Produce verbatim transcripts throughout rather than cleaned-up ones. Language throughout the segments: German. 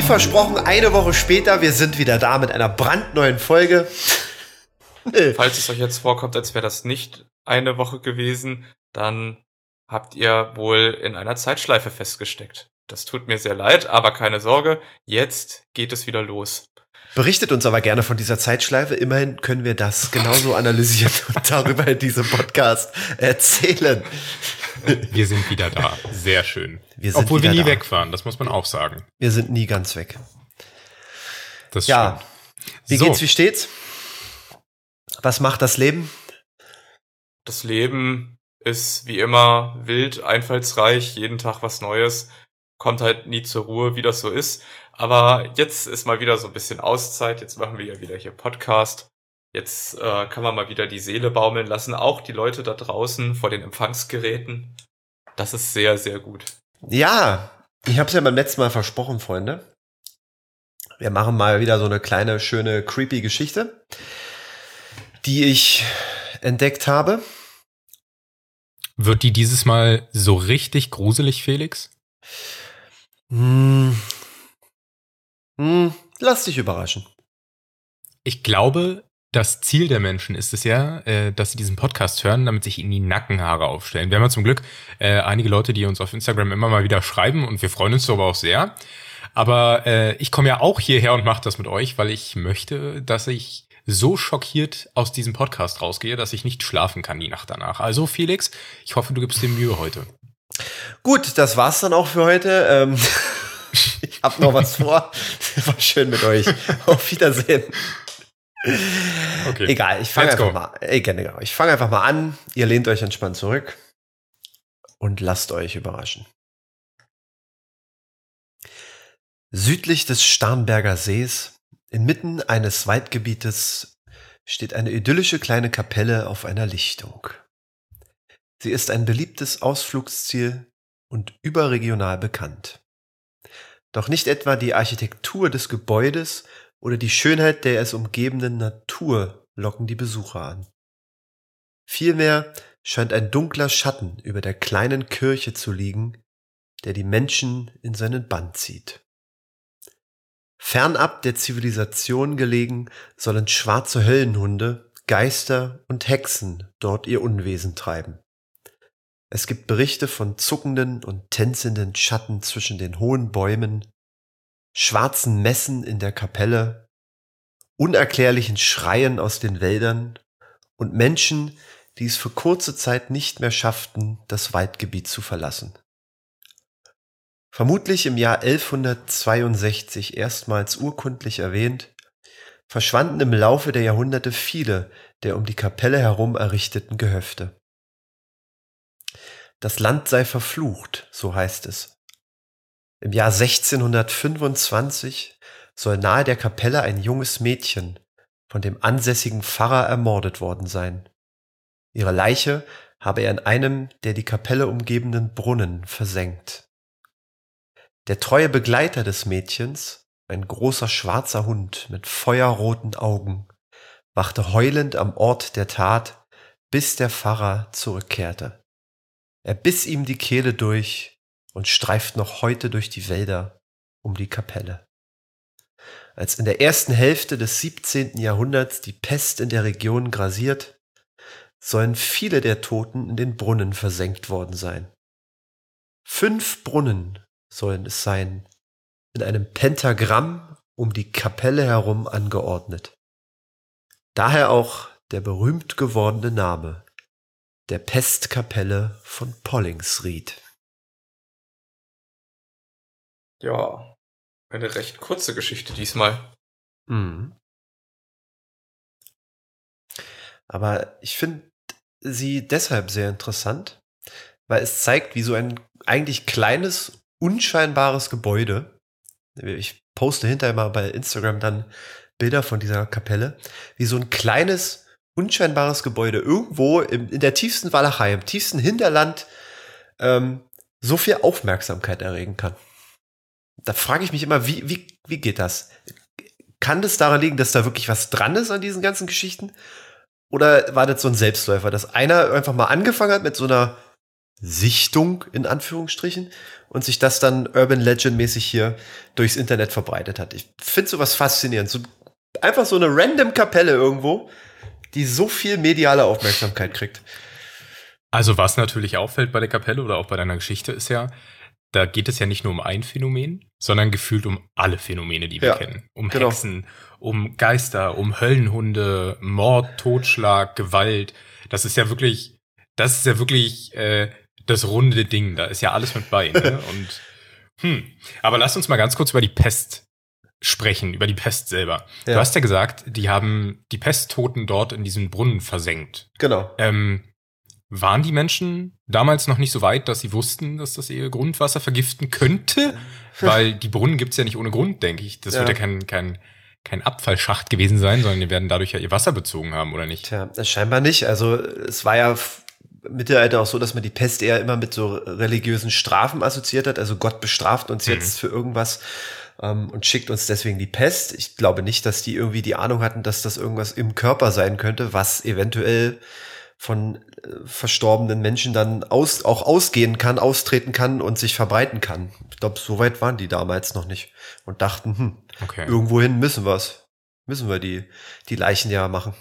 versprochen, eine Woche später, wir sind wieder da mit einer brandneuen Folge. Falls es euch jetzt vorkommt, als wäre das nicht eine Woche gewesen, dann habt ihr wohl in einer Zeitschleife festgesteckt. Das tut mir sehr leid, aber keine Sorge, jetzt geht es wieder los. Berichtet uns aber gerne von dieser Zeitschleife. Immerhin können wir das genauso analysieren und darüber in diesem Podcast erzählen. Wir sind wieder da. Sehr schön. Wir Obwohl wir nie da. weg waren, das muss man auch sagen. Wir sind nie ganz weg. Das ja. stimmt. Wie so. geht's, wie steht's? Was macht das Leben? Das Leben ist wie immer wild, einfallsreich, jeden Tag was Neues. Kommt halt nie zur Ruhe, wie das so ist. Aber jetzt ist mal wieder so ein bisschen Auszeit. Jetzt machen wir ja wieder hier Podcast. Jetzt äh, kann man mal wieder die Seele baumeln lassen. Auch die Leute da draußen vor den Empfangsgeräten. Das ist sehr, sehr gut. Ja, ich habe es ja beim letzten Mal versprochen, Freunde. Wir machen mal wieder so eine kleine, schöne, creepy Geschichte, die ich entdeckt habe. Wird die dieses Mal so richtig gruselig, Felix? Hm. Hm. Lass dich überraschen. Ich glaube, das Ziel der Menschen ist es ja, äh, dass sie diesen Podcast hören, damit sich ihnen die Nackenhaare aufstellen. Wir haben ja zum Glück äh, einige Leute, die uns auf Instagram immer mal wieder schreiben und wir freuen uns darüber auch sehr. Aber äh, ich komme ja auch hierher und mache das mit euch, weil ich möchte, dass ich so schockiert aus diesem Podcast rausgehe, dass ich nicht schlafen kann die Nacht danach. Also Felix, ich hoffe, du gibst dir Mühe heute. Gut, das war's dann auch für heute. Ähm, ich hab noch was vor. War schön mit euch. Auf Wiedersehen. Okay. Egal, ich fange Let's einfach go. mal. Äh, genau, ich fange einfach mal an. Ihr lehnt euch entspannt zurück und lasst euch überraschen. Südlich des Starnberger Sees, inmitten eines Waldgebietes, steht eine idyllische kleine Kapelle auf einer Lichtung. Sie ist ein beliebtes Ausflugsziel und überregional bekannt. Doch nicht etwa die Architektur des Gebäudes oder die Schönheit der es umgebenden Natur locken die Besucher an. Vielmehr scheint ein dunkler Schatten über der kleinen Kirche zu liegen, der die Menschen in seinen Bann zieht. Fernab der Zivilisation gelegen, sollen schwarze Höllenhunde, Geister und Hexen dort ihr Unwesen treiben. Es gibt Berichte von zuckenden und tänzenden Schatten zwischen den hohen Bäumen, schwarzen Messen in der Kapelle, unerklärlichen Schreien aus den Wäldern und Menschen, die es für kurze Zeit nicht mehr schafften, das Waldgebiet zu verlassen. Vermutlich im Jahr elfhundertzweiundsechzig erstmals urkundlich erwähnt, verschwanden im Laufe der Jahrhunderte viele der um die Kapelle herum errichteten Gehöfte. Das Land sei verflucht, so heißt es. Im Jahr sechzehnhundertfünfundzwanzig soll nahe der Kapelle ein junges Mädchen von dem ansässigen Pfarrer ermordet worden sein. Ihre Leiche habe er in einem der die Kapelle umgebenden Brunnen versenkt. Der treue Begleiter des Mädchens, ein großer schwarzer Hund mit feuerroten Augen, wachte heulend am Ort der Tat, bis der Pfarrer zurückkehrte. Er biss ihm die Kehle durch und streift noch heute durch die Wälder um die Kapelle. Als in der ersten Hälfte des siebzehnten Jahrhunderts die Pest in der Region grasiert, sollen viele der Toten in den Brunnen versenkt worden sein. Fünf Brunnen sollen es sein, in einem Pentagramm um die Kapelle herum angeordnet. Daher auch der berühmt gewordene Name, der Pestkapelle von Pollingsried. Ja, eine recht kurze Geschichte diesmal. Mhm. Aber ich finde sie deshalb sehr interessant, weil es zeigt, wie so ein eigentlich kleines, unscheinbares Gebäude, ich poste hinterher mal bei Instagram dann Bilder von dieser Kapelle, wie so ein kleines, unscheinbares Gebäude irgendwo im, in der tiefsten Walachei, im tiefsten Hinterland ähm, so viel Aufmerksamkeit erregen kann. Da frage ich mich immer, wie, wie, wie geht das? Kann das daran liegen, dass da wirklich was dran ist an diesen ganzen Geschichten? Oder war das so ein Selbstläufer, dass einer einfach mal angefangen hat mit so einer Sichtung in Anführungsstrichen und sich das dann Urban Legend mäßig hier durchs Internet verbreitet hat. Ich finde sowas faszinierend. So, einfach so eine random Kapelle irgendwo, die so viel mediale Aufmerksamkeit kriegt. Also was natürlich auffällt bei der Kapelle oder auch bei deiner Geschichte ist ja, da geht es ja nicht nur um ein Phänomen, sondern gefühlt um alle Phänomene, die wir Ja, kennen. Um genau. Hexen, um Geister, um Höllenhunde, Mord, Totschlag, Gewalt. Das ist ja wirklich, das ist ja wirklich äh, das runde Ding. Da ist ja alles mit bei. Ne? Und hm. Aber lass uns mal ganz kurz über die Pest sprechen, über die Pest selber. Ja. Du hast ja gesagt, die haben die Pesttoten dort in diesem Brunnen versenkt. Genau. Ähm, Waren die Menschen damals noch nicht so weit, dass sie wussten, dass das ihr Grundwasser vergiften könnte? Weil die Brunnen gibt's ja nicht ohne Grund, denke ich. Das Ja. wird ja kein, kein, kein Abfallschacht gewesen sein, sondern die werden dadurch ja ihr Wasser bezogen haben, oder nicht? Tja, das scheinbar nicht. Also es war ja f- im Mittelalter auch so, dass man die Pest eher immer mit so religiösen Strafen assoziiert hat. Also Gott bestraft uns Mhm. jetzt für irgendwas ähm, und schickt uns deswegen die Pest. Ich glaube nicht, dass die irgendwie die Ahnung hatten, dass das irgendwas im Körper sein könnte, was eventuell von äh, verstorbenen Menschen dann aus, auch ausgehen kann, austreten kann und sich verbreiten kann. Ich glaube, so weit waren die damals noch nicht und dachten, hm, Okay. irgendwohin müssen wir's. Müssen wir die, die Leichen ja machen.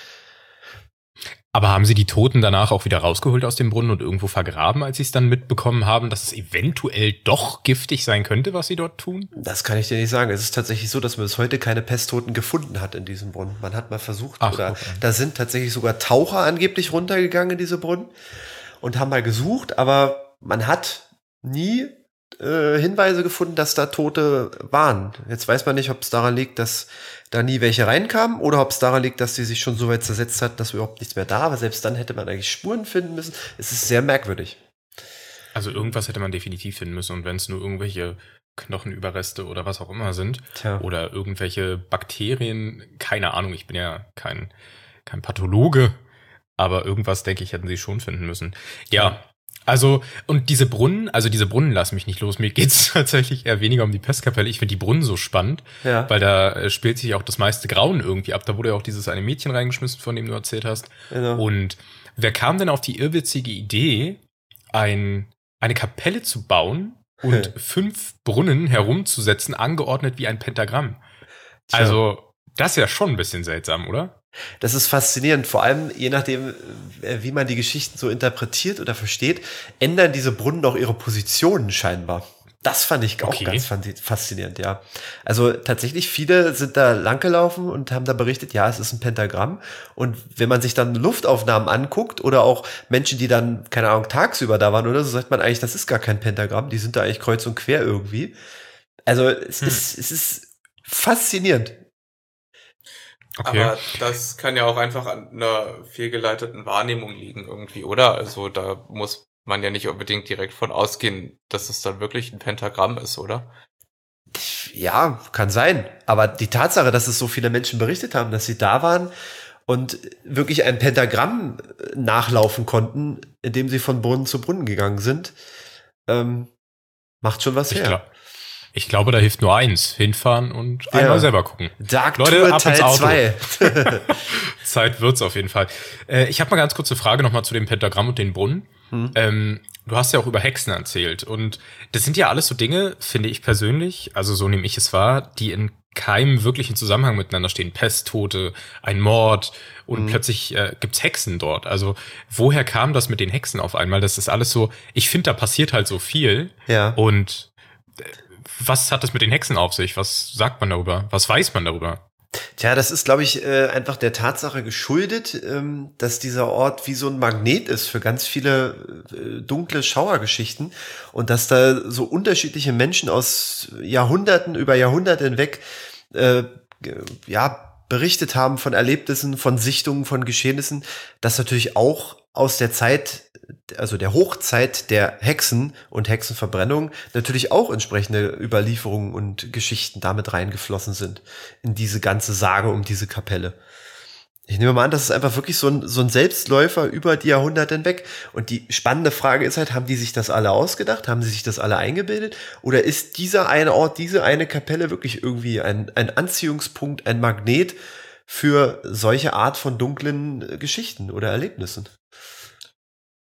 Aber haben sie die Toten danach auch wieder rausgeholt aus dem Brunnen und irgendwo vergraben, als sie es dann mitbekommen haben, dass es eventuell doch giftig sein könnte, was sie dort tun? Das kann ich dir nicht sagen. Es ist tatsächlich so, dass man bis heute keine Pesttoten gefunden hat in diesem Brunnen. Man hat mal versucht, Ach, oder okay. da sind tatsächlich sogar Taucher angeblich runtergegangen in diese Brunnen und haben mal gesucht, aber man hat nie äh, Hinweise gefunden, dass da Tote waren. Jetzt weiß man nicht, ob es daran liegt, dass da nie welche reinkamen oder ob es daran liegt, dass die sich schon so weit zersetzt hat, dass überhaupt nichts mehr da war. Aber selbst dann hätte man eigentlich Spuren finden müssen. Es ist sehr merkwürdig. Also irgendwas hätte man definitiv finden müssen. Und wenn es nur irgendwelche Knochenüberreste oder was auch immer sind, Tja. oder irgendwelche Bakterien, keine Ahnung, ich bin ja kein, kein Pathologe, aber irgendwas, denke ich, hätten sie schon finden müssen. Ja, also, und diese Brunnen, also diese Brunnen lassen mich nicht los. Mir geht's tatsächlich eher weniger um die Pestkapelle. Ich finde die Brunnen so spannend, Ja. weil da äh, spielt sich auch das meiste Grauen irgendwie ab. Da wurde ja auch dieses eine Mädchen reingeschmissen, von dem du erzählt hast. Genau. Und wer kam denn auf die irrwitzige Idee, ein, eine Kapelle zu bauen und fünf Brunnen herumzusetzen, angeordnet wie ein Pentagramm? Tja. Also, das ist ja schon ein bisschen seltsam, oder? Das ist faszinierend, vor allem je nachdem, äh, wie man die Geschichten so interpretiert oder versteht, ändern diese Brunnen auch ihre Positionen scheinbar. Das fand ich auch Okay. ganz fan- faszinierend, ja. Also tatsächlich, viele sind da langgelaufen und haben da berichtet, ja, es ist ein Pentagramm. Und wenn man sich dann Luftaufnahmen anguckt oder auch Menschen, die dann, keine Ahnung, tagsüber da waren oder so, sagt man eigentlich, das ist gar kein Pentagramm, die sind da eigentlich kreuz und quer irgendwie. Also es, Hm. ist, es ist faszinierend. Okay. Aber das kann ja auch einfach an einer fehlgeleiteten Wahrnehmung liegen irgendwie, oder? Also da muss man ja nicht unbedingt direkt von ausgehen, dass es dann wirklich ein Pentagramm ist, oder? Ja, kann sein. Aber die Tatsache, dass es so viele Menschen berichtet haben, dass sie da waren und wirklich ein Pentagramm nachlaufen konnten, indem sie von Brunnen zu Brunnen gegangen sind, ähm, macht schon was Ich, her. glaub, ich glaube, da hilft nur eins. Hinfahren und Ja. einmal selber gucken. Dark Leute, Tour ab ins Teil Auto. zwei. Zeit wird's auf jeden Fall. Äh, ich habe mal ganz kurze Frage nochmal zu dem Pentagramm und den Brunnen. Hm. Ähm, du hast ja auch über Hexen erzählt. Und das sind ja alles so Dinge, finde ich persönlich, also so nehme ich es wahr, die in keinem wirklichen Zusammenhang miteinander stehen. Pesttote, ein Mord und Mhm. plötzlich äh, gibt's Hexen dort. Also woher kam das mit den Hexen auf einmal? Das ist alles so, ich finde, da passiert halt so viel. Ja. Und äh, was hat das mit den Hexen auf sich? Was sagt man darüber? Was weiß man darüber? Tja, das ist, glaube ich, äh, einfach der Tatsache geschuldet, ähm, dass dieser Ort wie so ein Magnet ist für ganz viele äh, dunkle Schauergeschichten und dass da so unterschiedliche Menschen aus Jahrhunderten über Jahrhunderte hinweg äh, ge- ja berichtet haben von Erlebnissen, von Sichtungen, von Geschehnissen, das natürlich auch aus der Zeit, also der Hochzeit der Hexen und Hexenverbrennung natürlich auch entsprechende Überlieferungen und Geschichten damit reingeflossen sind in diese ganze Sage um diese Kapelle. Ich nehme mal an, das ist einfach wirklich so ein, so ein Selbstläufer über die Jahrhunderte hinweg. Und die spannende Frage ist halt, haben die sich das alle ausgedacht? Haben sie sich das alle eingebildet? Oder ist dieser eine Ort, diese eine Kapelle wirklich irgendwie ein, ein Anziehungspunkt, ein Magnet für solche Art von dunklen äh, Geschichten oder Erlebnissen?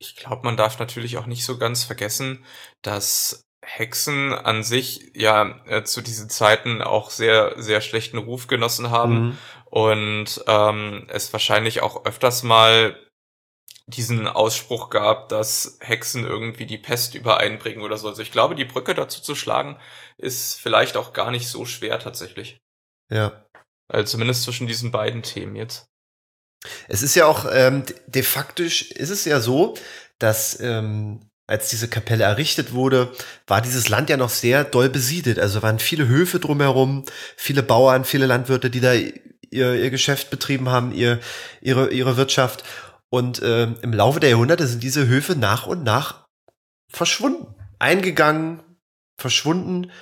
Ich glaube, man darf natürlich auch nicht so ganz vergessen, dass Hexen an sich ja äh, zu diesen Zeiten auch sehr, sehr schlechten Ruf genossen haben Mhm. und ähm, es wahrscheinlich auch öfters mal diesen Ausspruch gab, dass Hexen irgendwie die Pest übereinbringen oder so. Also ich glaube, die Brücke dazu zu schlagen, ist vielleicht auch gar nicht so schwer tatsächlich. Ja. Also zumindest zwischen diesen beiden Themen jetzt. Es ist ja auch, ähm, de facto ist es ja so, dass ähm, als diese Kapelle errichtet wurde, war dieses Land ja noch sehr doll besiedelt. Also waren viele Höfe drumherum, viele Bauern, viele Landwirte, die da ihr, ihr Geschäft betrieben haben, ihr, ihre, ihre Wirtschaft. Und ähm, im Laufe der Jahrhunderte sind diese Höfe nach und nach verschwunden, eingegangen, verschwunden.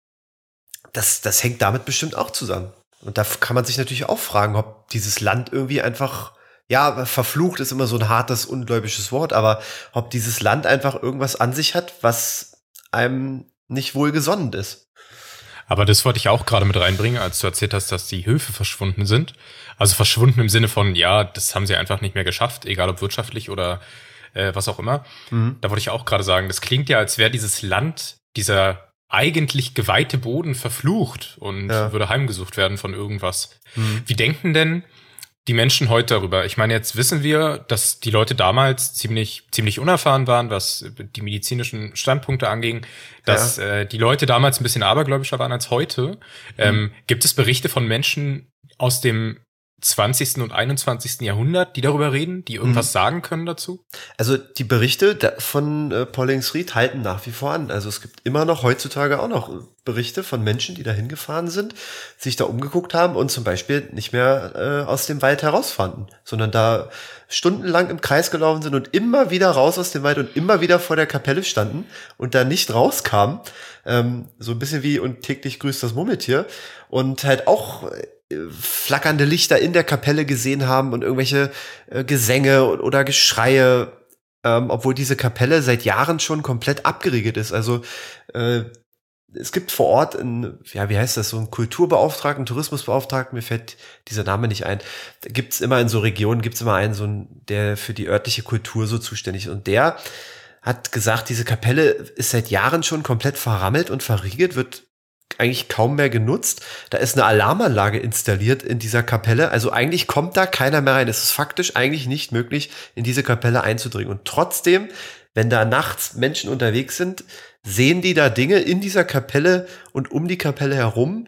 Das, das hängt damit bestimmt auch zusammen. Und da kann man sich natürlich auch fragen, ob dieses Land irgendwie einfach, ja, verflucht ist immer so ein hartes, ungläubisches Wort, aber ob dieses Land einfach irgendwas an sich hat, was einem nicht wohlgesonnen ist. Aber das wollte ich auch gerade mit reinbringen, als du erzählt hast, dass die Höfe verschwunden sind. Also verschwunden im Sinne von, ja, das haben sie einfach nicht mehr geschafft, egal ob wirtschaftlich oder äh, was auch immer. Mhm. Da wollte ich auch gerade sagen, das klingt ja, als wäre dieses Land, dieser eigentlich geweihte Boden verflucht und Ja. würde heimgesucht werden von irgendwas. Mhm. Wie denken denn die Menschen heute darüber? Ich meine, jetzt wissen wir, dass die Leute damals ziemlich ziemlich unerfahren waren, was die medizinischen Standpunkte anging, dass Ja. äh, die Leute damals ein bisschen abergläubischer waren als heute. Ähm, gibt es Berichte von Menschen aus dem zwanzigsten und einundzwanzigsten Jahrhundert, die darüber reden, die irgendwas Mhm. sagen können dazu? Also die Berichte da- von äh, Paulingsried halten nach wie vor an. Also es gibt immer noch heutzutage auch noch Berichte von Menschen, die da hingefahren sind, sich da umgeguckt haben und zum Beispiel nicht mehr äh, aus dem Wald herausfanden, sondern da stundenlang im Kreis gelaufen sind und immer wieder raus aus dem Wald und immer wieder vor der Kapelle standen und da nicht rauskamen. Ähm, so ein bisschen wie und täglich grüßt das Murmeltier und halt auch äh, flackernde Lichter in der Kapelle gesehen haben und irgendwelche äh, Gesänge oder Geschreie, ähm, obwohl diese Kapelle seit Jahren schon komplett abgeriegelt ist. Also äh, es gibt vor Ort einen, ja, wie heißt das, so einen Kulturbeauftragten, Tourismusbeauftragten, mir fällt dieser Name nicht ein. Da gibt's immer in so Regionen, gibt's immer einen, so einen, der für die örtliche Kultur so zuständig ist. Und der hat gesagt, diese Kapelle ist seit Jahren schon komplett verrammelt und verriegelt, wird eigentlich kaum mehr genutzt. Da ist eine Alarmanlage installiert in dieser Kapelle. Also eigentlich kommt da keiner mehr rein. Es ist faktisch eigentlich nicht möglich, in diese Kapelle einzudringen. Und trotzdem, wenn da nachts Menschen unterwegs sind, sehen die da Dinge in dieser Kapelle und um die Kapelle herum,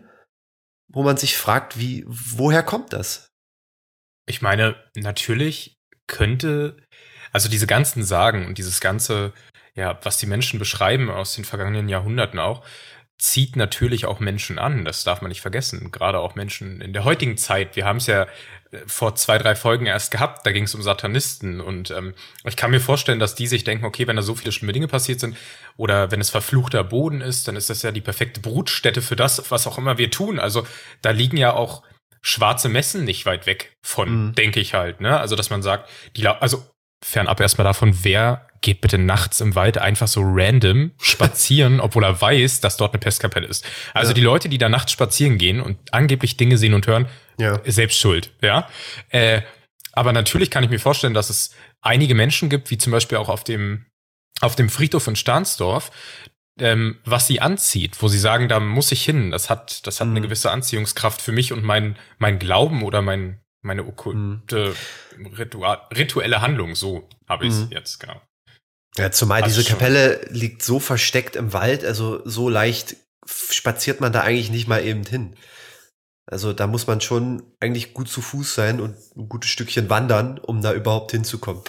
wo man sich fragt, wie, woher kommt das? Ich meine, natürlich könnte, also diese ganzen Sagen und dieses ganze, ja, was die Menschen beschreiben aus den vergangenen Jahrhunderten auch, zieht natürlich auch Menschen an. Das darf man nicht vergessen. Gerade auch Menschen in der heutigen Zeit. Wir haben es ja vor zwei, drei Folgen erst gehabt. Da ging es um Satanisten. Und ähm, ich kann mir vorstellen, dass die sich denken, okay, wenn da so viele schlimme Dinge passiert sind oder wenn es verfluchter Boden ist, dann ist das ja die perfekte Brutstätte für das, was auch immer wir tun. Also da liegen ja auch schwarze Messen nicht weit weg von, Mhm. denke ich halt. Ne? Also dass man sagt, die, also fernab erstmal davon, wer geht bitte nachts im Wald einfach so random spazieren, obwohl er weiß, dass dort eine Pestkapelle ist. Also Ja. die Leute, die da nachts spazieren gehen und angeblich Dinge sehen und hören, Ja. selbst schuld, ja. Äh, aber natürlich kann ich mir vorstellen, dass es einige Menschen gibt, wie zum Beispiel auch auf dem, auf dem Friedhof in Stahnsdorf, ähm, was sie anzieht, wo sie sagen, da muss ich hin. Das hat, das hat Mhm. eine gewisse Anziehungskraft für mich und mein, mein Glauben oder mein, meine okkulte Ritual, rituelle Handlung, so habe ich es Mhm. jetzt, genau. Ja, zumal Also diese schon. Kapelle liegt so versteckt im Wald, also so leicht spaziert man da eigentlich nicht mal eben hin. Also da muss man schon eigentlich gut zu Fuß sein und ein gutes Stückchen wandern, um da überhaupt hinzukommen.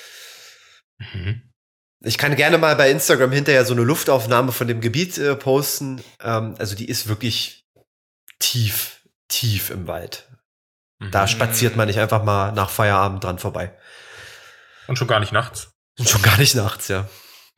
Mhm. Ich kann gerne mal bei Instagram hinterher so eine Luftaufnahme von dem Gebiet äh, posten. Ähm, also die ist wirklich tief, tief im Wald. Da Mhm. spaziert man nicht einfach mal nach Feierabend dran vorbei. Und schon gar nicht nachts. Und schon gar nicht nachts, ja.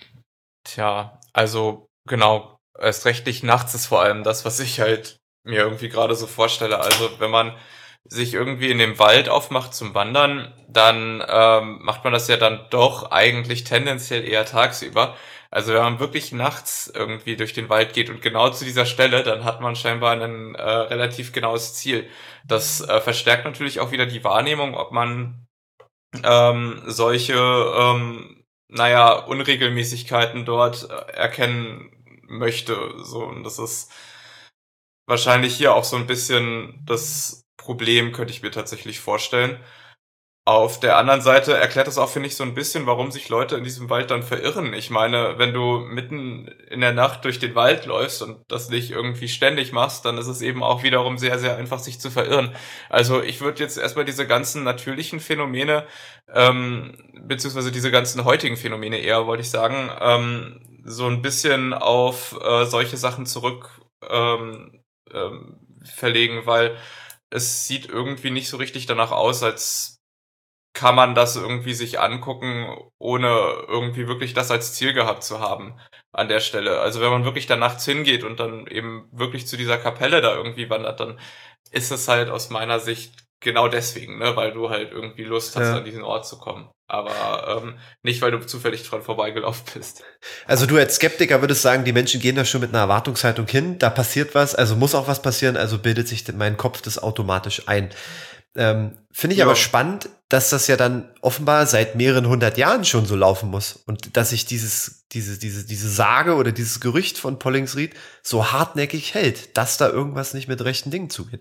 Tja, also genau, erst recht nicht nachts ist vor allem das, was ich halt mir irgendwie gerade so vorstelle. Also wenn man sich irgendwie in dem Wald aufmacht zum Wandern, dann ähm, macht man das ja dann doch eigentlich tendenziell eher tagsüber. Also wenn man wirklich nachts irgendwie durch den Wald geht und genau zu dieser Stelle, dann hat man scheinbar ein äh, relativ genaues Ziel. Das äh, verstärkt natürlich auch wieder die Wahrnehmung, ob man ähm, solche ähm, naja, Unregelmäßigkeiten dort erkennen möchte. So, und das ist wahrscheinlich hier auch so ein bisschen das Problem, könnte ich mir tatsächlich vorstellen. Auf der anderen Seite erklärt das auch, finde ich, so ein bisschen, warum sich Leute in diesem Wald dann verirren. Ich meine, wenn du mitten in der Nacht durch den Wald läufst und das nicht irgendwie ständig machst, dann ist es eben auch wiederum sehr, sehr einfach, sich zu verirren. Also ich würde jetzt erstmal diese ganzen natürlichen Phänomene, ähm, beziehungsweise diese ganzen heutigen Phänomene eher, wollte ich sagen, ähm, so ein bisschen auf äh, solche Sachen zurück ähm, ähm, verlegen, weil es sieht irgendwie nicht so richtig danach aus, als kann man das irgendwie sich angucken, ohne irgendwie wirklich das als Ziel gehabt zu haben an der Stelle. Also wenn man wirklich da nachts hingeht und dann eben wirklich zu dieser Kapelle da irgendwie wandert, dann ist es halt aus meiner Sicht genau deswegen, ne, weil du halt irgendwie Lust hast, Ja. an diesen Ort zu kommen. Aber ähm, nicht, weil du zufällig dran vorbeigelaufen bist. Also du als Skeptiker würdest sagen, die Menschen gehen da schon mit einer Erwartungshaltung hin, da passiert was, also muss auch was passieren, also bildet sich mein Kopf das automatisch ein. Ähm, Finde ich Ja. aber spannend, dass das ja dann offenbar seit mehreren hundert Jahren schon so laufen muss und dass sich dieses, diese, diese, diese Sage oder dieses Gerücht von Pollingsried so hartnäckig hält, dass da irgendwas nicht mit rechten Dingen zugeht.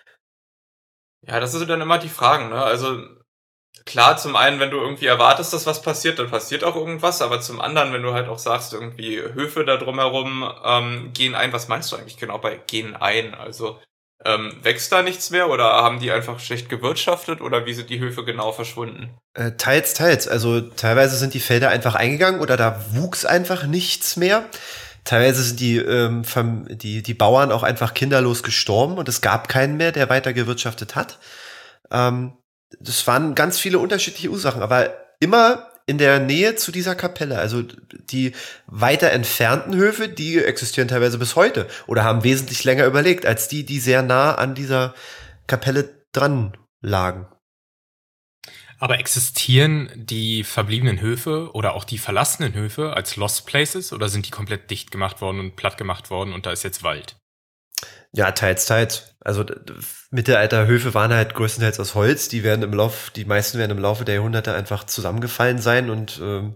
Ja, das sind dann immer die Fragen, ne? Also klar, zum einen, wenn du irgendwie erwartest, dass was passiert, dann passiert auch irgendwas, aber zum anderen, wenn du halt auch sagst, irgendwie Höfe da drumherum ähm, gehen ein, was meinst du eigentlich genau bei gehen ein? Also ähm, wächst da nichts mehr oder haben die einfach schlecht gewirtschaftet oder wie sind die Höfe genau verschwunden? Äh, teils, teils. Also teilweise sind die Felder einfach eingegangen oder da wuchs einfach nichts mehr. Teilweise sind die, ähm, Fam- die, die Bauern auch einfach kinderlos gestorben und es gab keinen mehr, der weiter gewirtschaftet hat. Ähm, das waren ganz viele unterschiedliche Ursachen, aber immer in der Nähe zu dieser Kapelle. Also die weiter entfernten Höfe, die existieren teilweise bis heute oder haben wesentlich länger überlegt als die, die sehr nah an dieser Kapelle dran lagen. Aber existieren die verbliebenen Höfe oder auch die verlassenen Höfe als Lost Places oder sind die komplett dicht gemacht worden und platt gemacht worden und da ist jetzt Wald? Ja, teils, teils. Also d- d- Mittelalterhöfe waren halt größtenteils aus Holz. Die werden im Lauf, die meisten werden im Laufe der Jahrhunderte einfach zusammengefallen sein und ähm,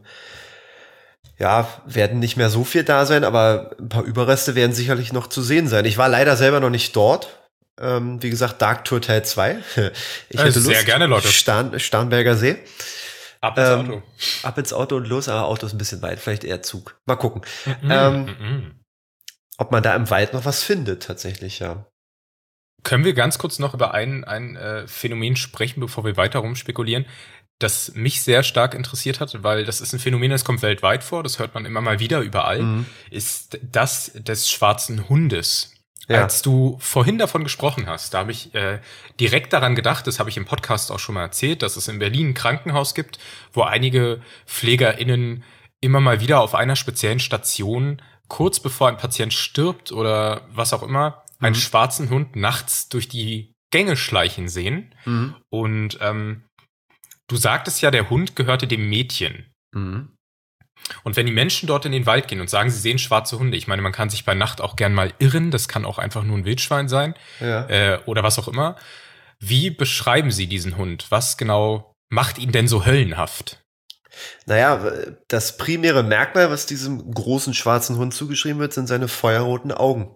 ja, werden nicht mehr so viel da sein, aber ein paar Überreste werden sicherlich noch zu sehen sein. Ich war leider selber noch nicht dort. Ähm, wie gesagt, Dark Tour Teil zwei. Ich Äh, hätte sehr Lust. gerne, Leute. Starn, Starnberger See. Ab ins Ähm, Auto. Ab ins Auto und los, aber Auto ist ein bisschen weit, vielleicht eher Zug. Mal gucken, Mhm, ähm, mhm. ob man da im Wald noch was findet, tatsächlich, ja. Können wir ganz kurz noch über ein, ein äh, Phänomen sprechen, bevor wir weiter rumspekulieren, das mich sehr stark interessiert hat, weil das ist ein Phänomen, das kommt weltweit vor, das hört man immer mal wieder überall, Mhm. ist das des schwarzen Hundes. Ja. Als du vorhin davon gesprochen hast, da habe ich äh, direkt daran gedacht, das habe ich im Podcast auch schon mal erzählt, dass es in Berlin ein Krankenhaus gibt, wo einige PflegerInnen immer mal wieder auf einer speziellen Station, kurz bevor ein Patient stirbt oder was auch immer, einen Mhm. schwarzen Hund nachts durch die Gänge schleichen sehen. Mhm. Und ähm, du sagtest ja, der Hund gehörte dem Mädchen. Mhm. Und wenn die Menschen dort in den Wald gehen und sagen, sie sehen schwarze Hunde, ich meine, man kann sich bei Nacht auch gern mal irren, das kann auch einfach nur ein Wildschwein sein Ja. äh, oder was auch immer. Wie beschreiben Sie diesen Hund? Was genau macht ihn denn so höllenhaft? Naja, das primäre Merkmal, was diesem großen schwarzen Hund zugeschrieben wird, sind seine feuerroten Augen.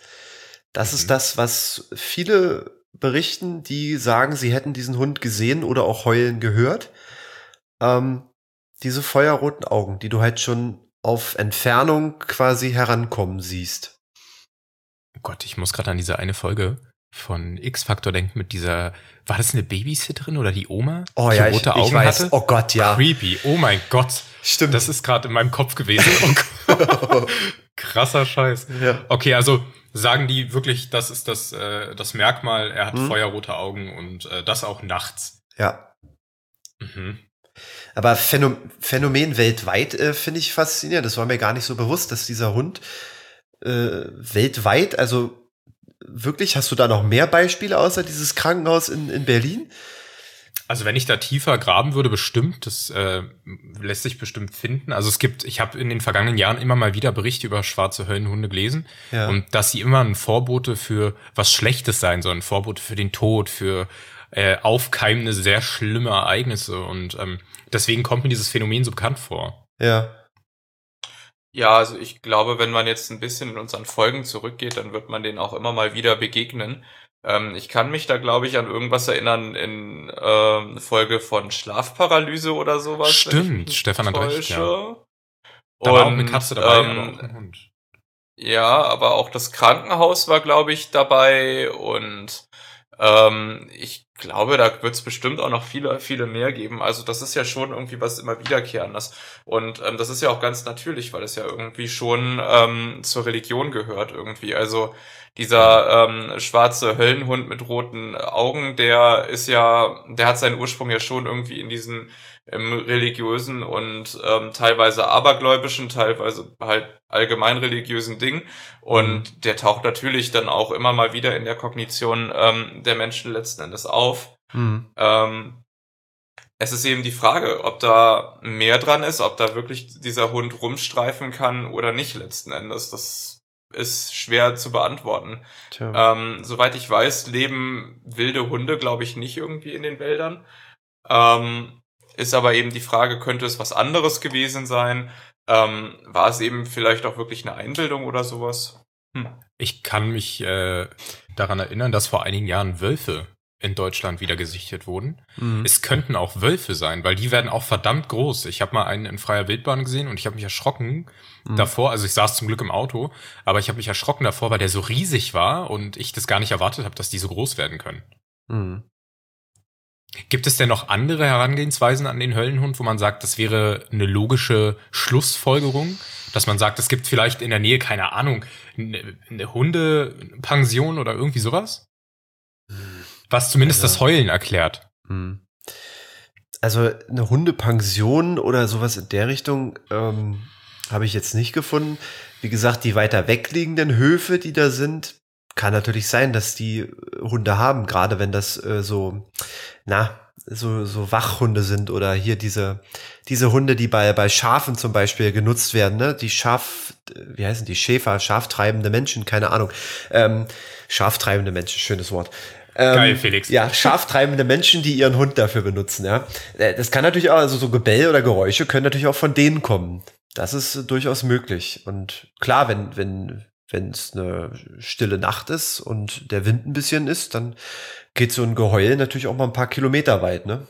Das Mhm. ist das, was viele berichten, die sagen, sie hätten diesen Hund gesehen oder auch heulen gehört. Ähm, diese feuerroten Augen, die du halt schon auf Entfernung quasi herankommen siehst. Oh Gott, ich muss gerade an diese eine Folge von X-Factor denken mit dieser, war das eine Babysitterin oder die Oma? Oh die ja, ich, rote ich Augen weiß. hatte? Oh Gott, ja. Creepy, oh mein Gott. Stimmt. Das ist gerade in meinem Kopf gewesen. Oh Gott. Krasser Scheiß. Ja. Okay, also sagen die wirklich, das ist das, äh, das Merkmal, er hat Hm. feuerrote Augen und äh, das auch nachts. Ja. Mhm. Aber Phänom Phänomen weltweit äh, finde ich faszinierend. Das war mir gar nicht so bewusst, dass dieser Hund äh, weltweit, also wirklich, hast du da noch mehr Beispiele außer dieses Krankenhaus in, in Berlin? Also wenn ich da tiefer graben würde, bestimmt, das äh, lässt sich bestimmt finden. Also es gibt, ich habe in den vergangenen Jahren immer mal wieder Berichte über schwarze Höllenhunde gelesen Ja. und dass sie immer ein Vorbote für was Schlechtes sein sollen, ein Vorbote für den Tod, für äh, aufkeimende, sehr schlimme Ereignisse. Und ähm, deswegen kommt mir dieses Phänomen so bekannt vor. Ja. Ja, also ich glaube, wenn man jetzt ein bisschen in unseren Folgen zurückgeht, dann wird man denen auch immer mal wieder begegnen. Ähm, ich kann mich da, glaube ich, an irgendwas erinnern in ähm, Folge von Schlafparalyse oder sowas. wenn ich mich Stimmt, nicht Stefan hat recht, ja. täusche. Da war auch eine Und, Katze dabei, ähm, aber auch ein Hund. Ja, aber auch das Krankenhaus war, glaube ich, dabei und ähm, ich glaube, da wird es bestimmt auch noch viele, viele mehr geben. Also das ist ja schon irgendwie was immer Wiederkehrendes. Und ähm, das ist ja auch ganz natürlich, weil es ja irgendwie schon ähm, zur Religion gehört irgendwie. Also dieser ähm, schwarze Höllenhund mit roten Augen, der ist ja, der hat seinen Ursprung ja schon irgendwie in diesen im religiösen und ähm, teilweise abergläubischen, teilweise halt allgemein religiösen Ding. Und Mhm. der taucht natürlich dann auch immer mal wieder in der Kognition ähm, der Menschen letzten Endes auf. Mhm. Ähm, es ist eben die Frage, ob da mehr dran ist, ob da wirklich dieser Hund rumstreifen kann oder nicht letzten Endes. Das ist schwer zu beantworten. Tja. Ähm, soweit ich weiß, leben wilde Hunde, glaube ich, nicht irgendwie in den Wäldern. Ähm, ist aber eben die Frage, könnte es was anderes gewesen sein? Ähm, war es eben vielleicht auch wirklich eine Einbildung oder sowas? Hm. Ich kann mich äh, daran erinnern, dass vor einigen Jahren Wölfe in Deutschland wieder gesichtet wurden. Mhm. Es könnten auch Wölfe sein, weil die werden auch verdammt groß. Ich habe mal einen in freier Wildbahn gesehen und ich habe mich erschrocken Mhm. davor. Also ich saß zum Glück im Auto, aber ich habe mich erschrocken davor, weil der so riesig war und ich das gar nicht erwartet habe, dass die so groß werden können. Mhm. Gibt es denn noch andere Herangehensweisen an den Höllenhund, wo man sagt, das wäre eine logische Schlussfolgerung? Dass man sagt, es gibt vielleicht in der Nähe, keine Ahnung, eine, eine Hundepension oder irgendwie sowas? Was zumindest Also- das Heulen erklärt. Mhm. Also eine Hundepension oder sowas in der Richtung ähm, habe ich jetzt nicht gefunden. Wie gesagt, die weiter wegliegenden Höfe, die da sind, kann natürlich sein, dass die äh, Hunde haben, gerade wenn das äh, so, na, so, so Wachhunde sind oder hier diese, diese Hunde, die bei, bei Schafen zum Beispiel genutzt werden, ne? Die Schaf, wie heißen die? Schäfer, schaftreibende Menschen, keine Ahnung. Ähm, schaftreibende Menschen, schönes Wort. Ähm, Geil, Felix. Ja, schaftreibende Menschen, die ihren Hund dafür benutzen, ja. Äh, Das kann natürlich auch, also so Gebell oder Geräusche können natürlich auch von denen kommen. Das ist äh, durchaus möglich. Und klar, wenn, wenn, wenn es eine stille Nacht ist und der Wind ein bisschen ist, dann geht so ein Geheul natürlich auch mal ein paar Kilometer weit, ne?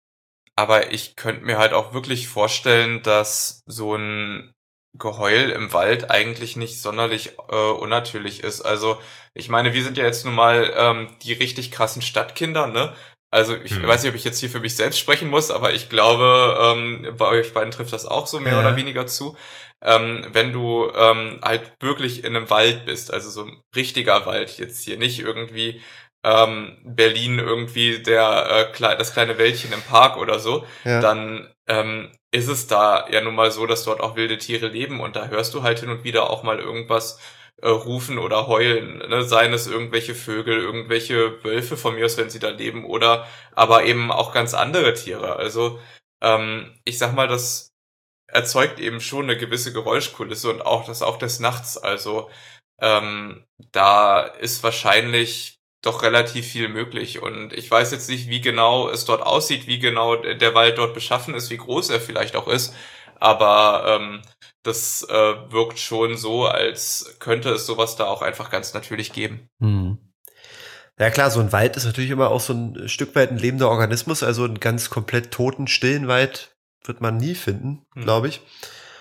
Aber ich könnte mir halt auch wirklich vorstellen, dass so ein Geheul im Wald eigentlich nicht sonderlich äh, unnatürlich ist. Also ich meine, wir sind ja jetzt nun mal ähm, die richtig krassen Stadtkinder, ne? Also ich Hm. weiß nicht, ob ich jetzt hier für mich selbst sprechen muss, aber ich glaube, ähm, bei euch beiden trifft das auch so mehr Ja. oder weniger zu. Ähm, wenn du ähm, halt wirklich in einem Wald bist, also so ein richtiger Wald, jetzt hier nicht irgendwie ähm, Berlin irgendwie der äh, klei- das kleine Wäldchen im Park oder so, Ja. dann ähm, ist es da ja nun mal so, dass dort auch wilde Tiere leben und da hörst du halt hin und wieder auch mal irgendwas äh, rufen oder heulen, ne? Seien es irgendwelche Vögel, irgendwelche Wölfe von mir aus, wenn sie da leben, oder aber eben auch ganz andere Tiere. Also ähm, ich sag mal, das erzeugt eben schon eine gewisse Geräuschkulisse und auch das auch des Nachts. Also ähm, da ist wahrscheinlich doch relativ viel möglich. Und ich weiß jetzt nicht, wie genau es dort aussieht, wie genau der Wald dort beschaffen ist, wie groß er vielleicht auch ist. Aber ähm, das äh, wirkt schon so, als könnte es sowas da auch einfach ganz natürlich geben. Hm. Ja klar, so ein Wald ist natürlich immer auch so ein Stück weit ein lebender Organismus, also einen ganz komplett toten, stillen Wald wird man nie finden, Hm. glaube ich.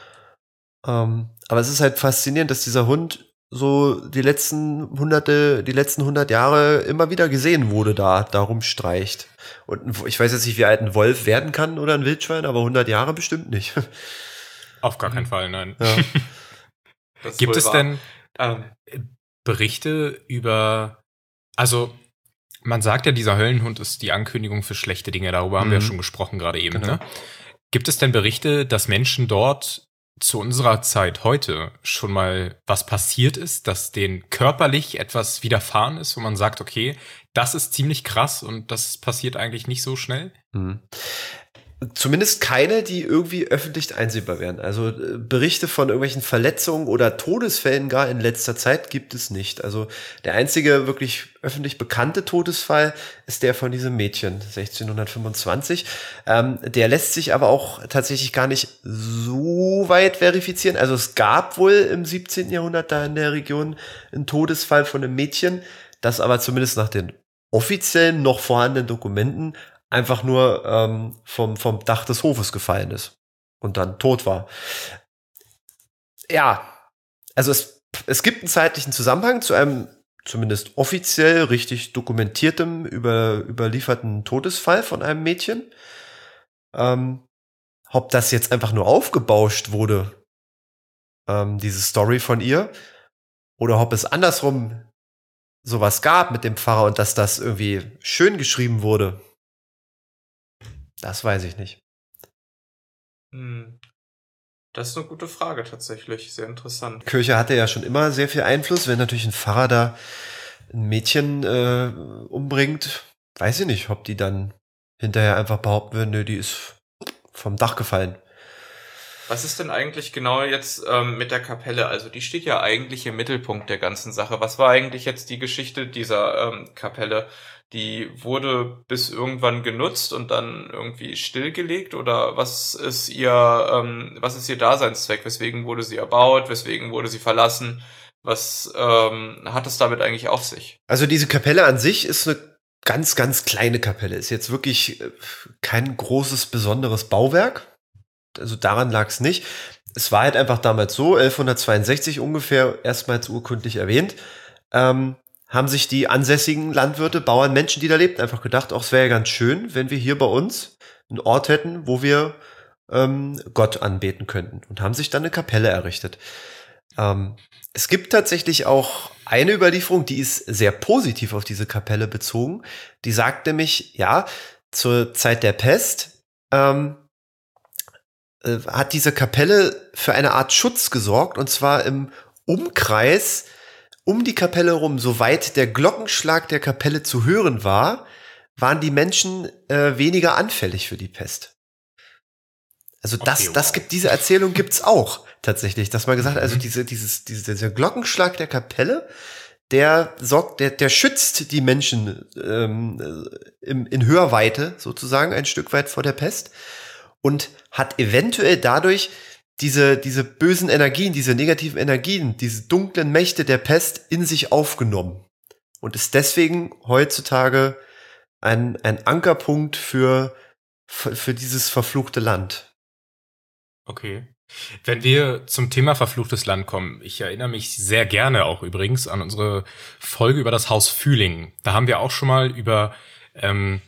Ähm, aber es ist halt faszinierend, dass dieser Hund so die letzten hunderte, die letzten hundert Jahre immer wieder gesehen wurde, da, da rumstreicht. Und ein- ich weiß jetzt nicht, wie alt ein Wolf werden kann oder ein Wildschwein, aber hundert Jahre bestimmt nicht. Auf gar keinen Mhm. Fall, nein. Ja. Das ist Gibt wohl es wahr. denn Ähm, Berichte über, also man sagt ja, dieser Höllenhund ist die Ankündigung für schlechte Dinge, darüber haben wir ja Mhm. schon gesprochen gerade eben. Genau. Ne? Gibt es denn Berichte, dass Menschen dort zu unserer Zeit heute schon mal was passiert ist, dass denen körperlich etwas widerfahren ist, wo man sagt, okay, das ist ziemlich krass und das passiert eigentlich nicht so schnell? Hm. Zumindest keine, die irgendwie öffentlich einsehbar wären. Also äh, Berichte von irgendwelchen Verletzungen oder Todesfällen gar in letzter Zeit gibt es nicht. Also der einzige wirklich öffentlich bekannte Todesfall ist der von diesem Mädchen, sechzehnhundertfünfundzwanzig. Ähm, der lässt sich aber auch tatsächlich gar nicht so weit verifizieren. Also es gab wohl im siebzehnten Jahrhundert da in der Region einen Todesfall von einem Mädchen, das aber zumindest nach den offiziellen noch vorhandenen Dokumenten einfach nur ähm, vom, vom Dach des Hofes gefallen ist und dann tot war. Ja, also es, es gibt einen zeitlichen Zusammenhang zu einem zumindest offiziell richtig dokumentiertem, über, überlieferten Todesfall von einem Mädchen. Ähm, ob das jetzt einfach nur aufgebauscht wurde, ähm, diese Story von ihr, oder ob es andersrum sowas gab mit dem Pfarrer und dass das irgendwie schön geschrieben wurde, das weiß ich nicht. Hm. Das ist eine gute Frage tatsächlich, sehr interessant. Die Kirche hatte ja schon immer sehr viel Einfluss. Wenn natürlich ein Pfarrer da ein Mädchen äh, umbringt, weiß ich nicht, ob die dann hinterher einfach behaupten würden, nö, die ist vom Dach gefallen. Was ist denn eigentlich genau jetzt ähm, mit der Kapelle? Also die steht ja eigentlich im Mittelpunkt der ganzen Sache. Was war eigentlich jetzt die Geschichte dieser ähm, Kapelle? Die wurde bis irgendwann genutzt und dann irgendwie stillgelegt, oder was ist ihr, ähm, was ist ihr Daseinszweck? Weswegen wurde sie erbaut? Weswegen wurde sie verlassen? Was ähm, hat es damit eigentlich auf sich? Also diese Kapelle an sich ist eine ganz, ganz kleine Kapelle. Ist jetzt wirklich kein großes, besonderes Bauwerk. Also daran lag es nicht. Es war halt einfach damals so, elfhundertzweiundsechzig ungefähr, erstmals urkundlich erwähnt, ähm, haben sich die ansässigen Landwirte, Bauern, Menschen, die da lebten, einfach gedacht, auch es wäre ja ganz schön, wenn wir hier bei uns einen Ort hätten, wo wir ähm, Gott anbeten könnten, und haben sich dann eine Kapelle errichtet. Ähm, es gibt tatsächlich auch eine Überlieferung, die ist sehr positiv auf diese Kapelle bezogen. Die sagt nämlich, ja, zur Zeit der Pest ähm, äh, hat diese Kapelle für eine Art Schutz gesorgt, und zwar im Umkreis um die Kapelle rum, soweit der Glockenschlag der Kapelle zu hören war, waren die Menschen äh, weniger anfällig für die Pest. Also das, Okay, wow. das gibt, diese Erzählung gibt's auch tatsächlich, dass man gesagt hat, also diese, dieses, diese, dieser Glockenschlag der Kapelle, der sorgt, der, der schützt die Menschen ähm, im, in Hörweite sozusagen ein Stück weit vor der Pest und hat eventuell dadurch diese, diese bösen Energien, diese negativen Energien, diese dunklen Mächte der Pest in sich aufgenommen und ist deswegen heutzutage ein, ein Ankerpunkt für, für, für dieses verfluchte Land. Okay. Wenn wir zum Thema verfluchtes Land kommen, ich erinnere mich sehr gerne auch übrigens an unsere Folge über das Haus Fühling. Da haben wir auch schon mal über ähm,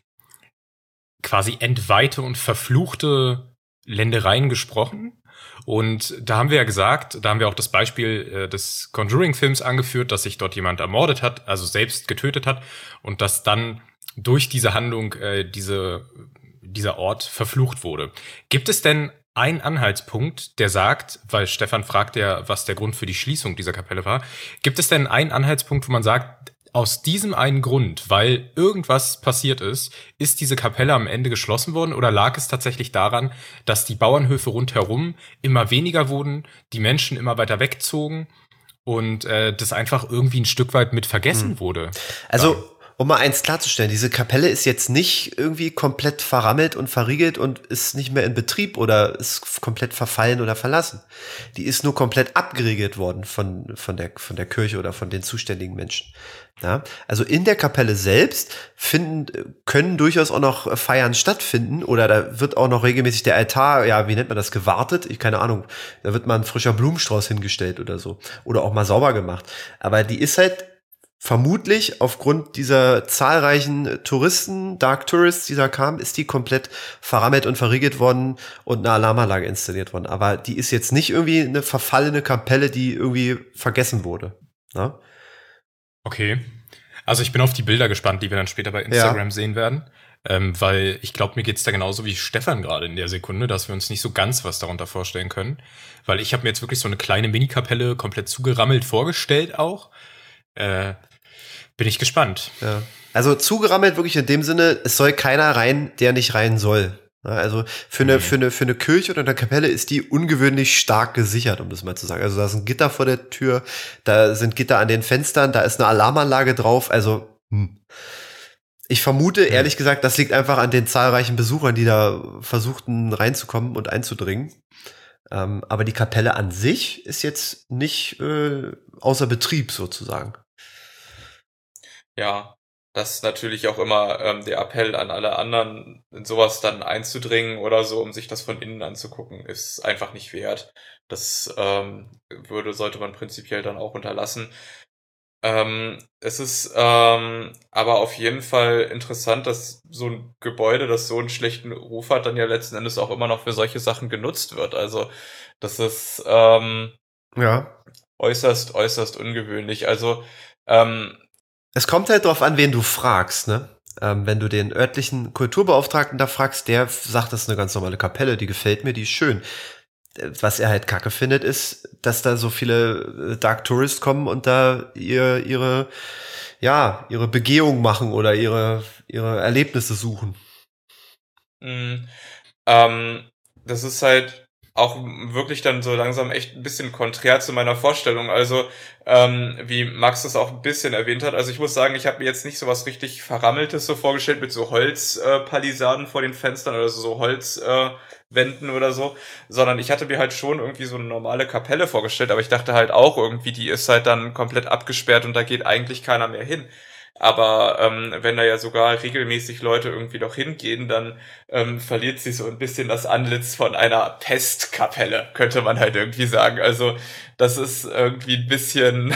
quasi entweihte und verfluchte Ländereien gesprochen. Und da haben wir ja gesagt, da haben wir auch das Beispiel äh, des Conjuring-Films angeführt, dass sich dort jemand ermordet hat, also selbst getötet hat, und dass dann durch diese Handlung äh, diese, dieser Ort verflucht wurde. Gibt es denn einen Anhaltspunkt, der sagt, weil Stefan fragt ja, was der Grund für die Schließung dieser Kapelle war, gibt es denn einen Anhaltspunkt, wo man sagt, aus diesem einen Grund, weil irgendwas passiert ist, ist diese Kapelle am Ende geschlossen worden, oder lag es tatsächlich daran, dass die Bauernhöfe rundherum immer weniger wurden, die Menschen immer weiter wegzogen und äh, das einfach irgendwie ein Stück weit mit vergessen hm. wurde? Also, dann. um mal eins klarzustellen, diese Kapelle ist jetzt nicht irgendwie komplett verrammelt und verriegelt und ist nicht mehr in Betrieb oder ist komplett verfallen oder verlassen. Die ist nur komplett abgeriegelt worden von, von der, von der Kirche oder von den zuständigen Menschen. Ja, also in der Kapelle selbst finden, können durchaus auch noch Feiern stattfinden, oder da wird auch noch regelmäßig der Altar, ja, wie nennt man das, gewartet? Ich keine Ahnung. Da wird mal ein frischer Blumenstrauß hingestellt oder so. Oder auch mal sauber gemacht. Aber die ist halt vermutlich aufgrund dieser zahlreichen Touristen, Dark Tourists, die da kamen, ist die komplett verrammelt und verriegelt worden und eine Alarmanlage installiert worden. Aber die ist jetzt nicht irgendwie eine verfallene Kapelle, die irgendwie vergessen wurde. Na? Okay. Also ich bin auf die Bilder gespannt, die wir dann später bei Instagram ja. sehen werden. Ähm, weil ich glaube, mir geht's da genauso wie Stefan gerade in der Sekunde, dass wir uns nicht so ganz was darunter vorstellen können. Weil ich habe mir jetzt wirklich so eine kleine Mini-Kapelle komplett zugerammelt vorgestellt auch. Äh, bin ich gespannt. Ja. Also zugerammelt wirklich in dem Sinne, es soll keiner rein, der nicht rein soll. Also für eine, für eine, für eine Kirche oder eine Kapelle ist die ungewöhnlich stark gesichert, um das mal zu sagen. Also da ist ein Gitter vor der Tür, da sind Gitter an den Fenstern, da ist eine Alarmanlage drauf. Also hm. ich vermute, ehrlich gesagt, das liegt einfach an den zahlreichen Besuchern, die da versuchten reinzukommen und einzudringen. Ähm, aber die Kapelle an sich ist jetzt nicht äh, außer Betrieb sozusagen. Ja, das ist natürlich auch immer ähm, der Appell an alle anderen, in sowas dann einzudringen oder so, um sich das von innen anzugucken, ist einfach nicht wert. Das ähm, würde, sollte man prinzipiell dann auch unterlassen. Ähm, es ist ähm, aber auf jeden Fall interessant, dass so ein Gebäude, das so einen schlechten Ruf hat, dann ja letzten Endes auch immer noch für solche Sachen genutzt wird. Also das ist ähm, ja äußerst, äußerst ungewöhnlich. Also ähm, es kommt halt drauf an, wen du fragst, ne? Ähm, wenn du den örtlichen Kulturbeauftragten da fragst, der sagt, das ist eine ganz normale Kapelle, die gefällt mir, die ist schön. Was er halt kacke findet, ist, dass da so viele Dark Tourists kommen und da ihr, ihre, ja, ihre Begehung machen oder ihre, ihre Erlebnisse suchen. Mm, ähm, das ist halt auch wirklich dann so langsam echt ein bisschen konträr zu meiner Vorstellung. Also, ähm, wie Max das auch ein bisschen erwähnt hat. Also ich muss sagen, ich habe mir jetzt nicht so was richtig Verrammeltes so vorgestellt mit so Holzpalisaden äh, vor den Fenstern oder so, so Holzwänden äh, oder so, sondern ich hatte mir halt schon irgendwie so eine normale Kapelle vorgestellt, aber ich dachte halt auch irgendwie, die ist halt dann komplett abgesperrt und da geht eigentlich keiner mehr hin. Aber ähm, wenn da ja sogar regelmäßig Leute irgendwie doch hingehen, dann ähm, verliert sich so ein bisschen das Antlitz von einer Pestkapelle, könnte man halt irgendwie sagen. Also das ist irgendwie ein bisschen,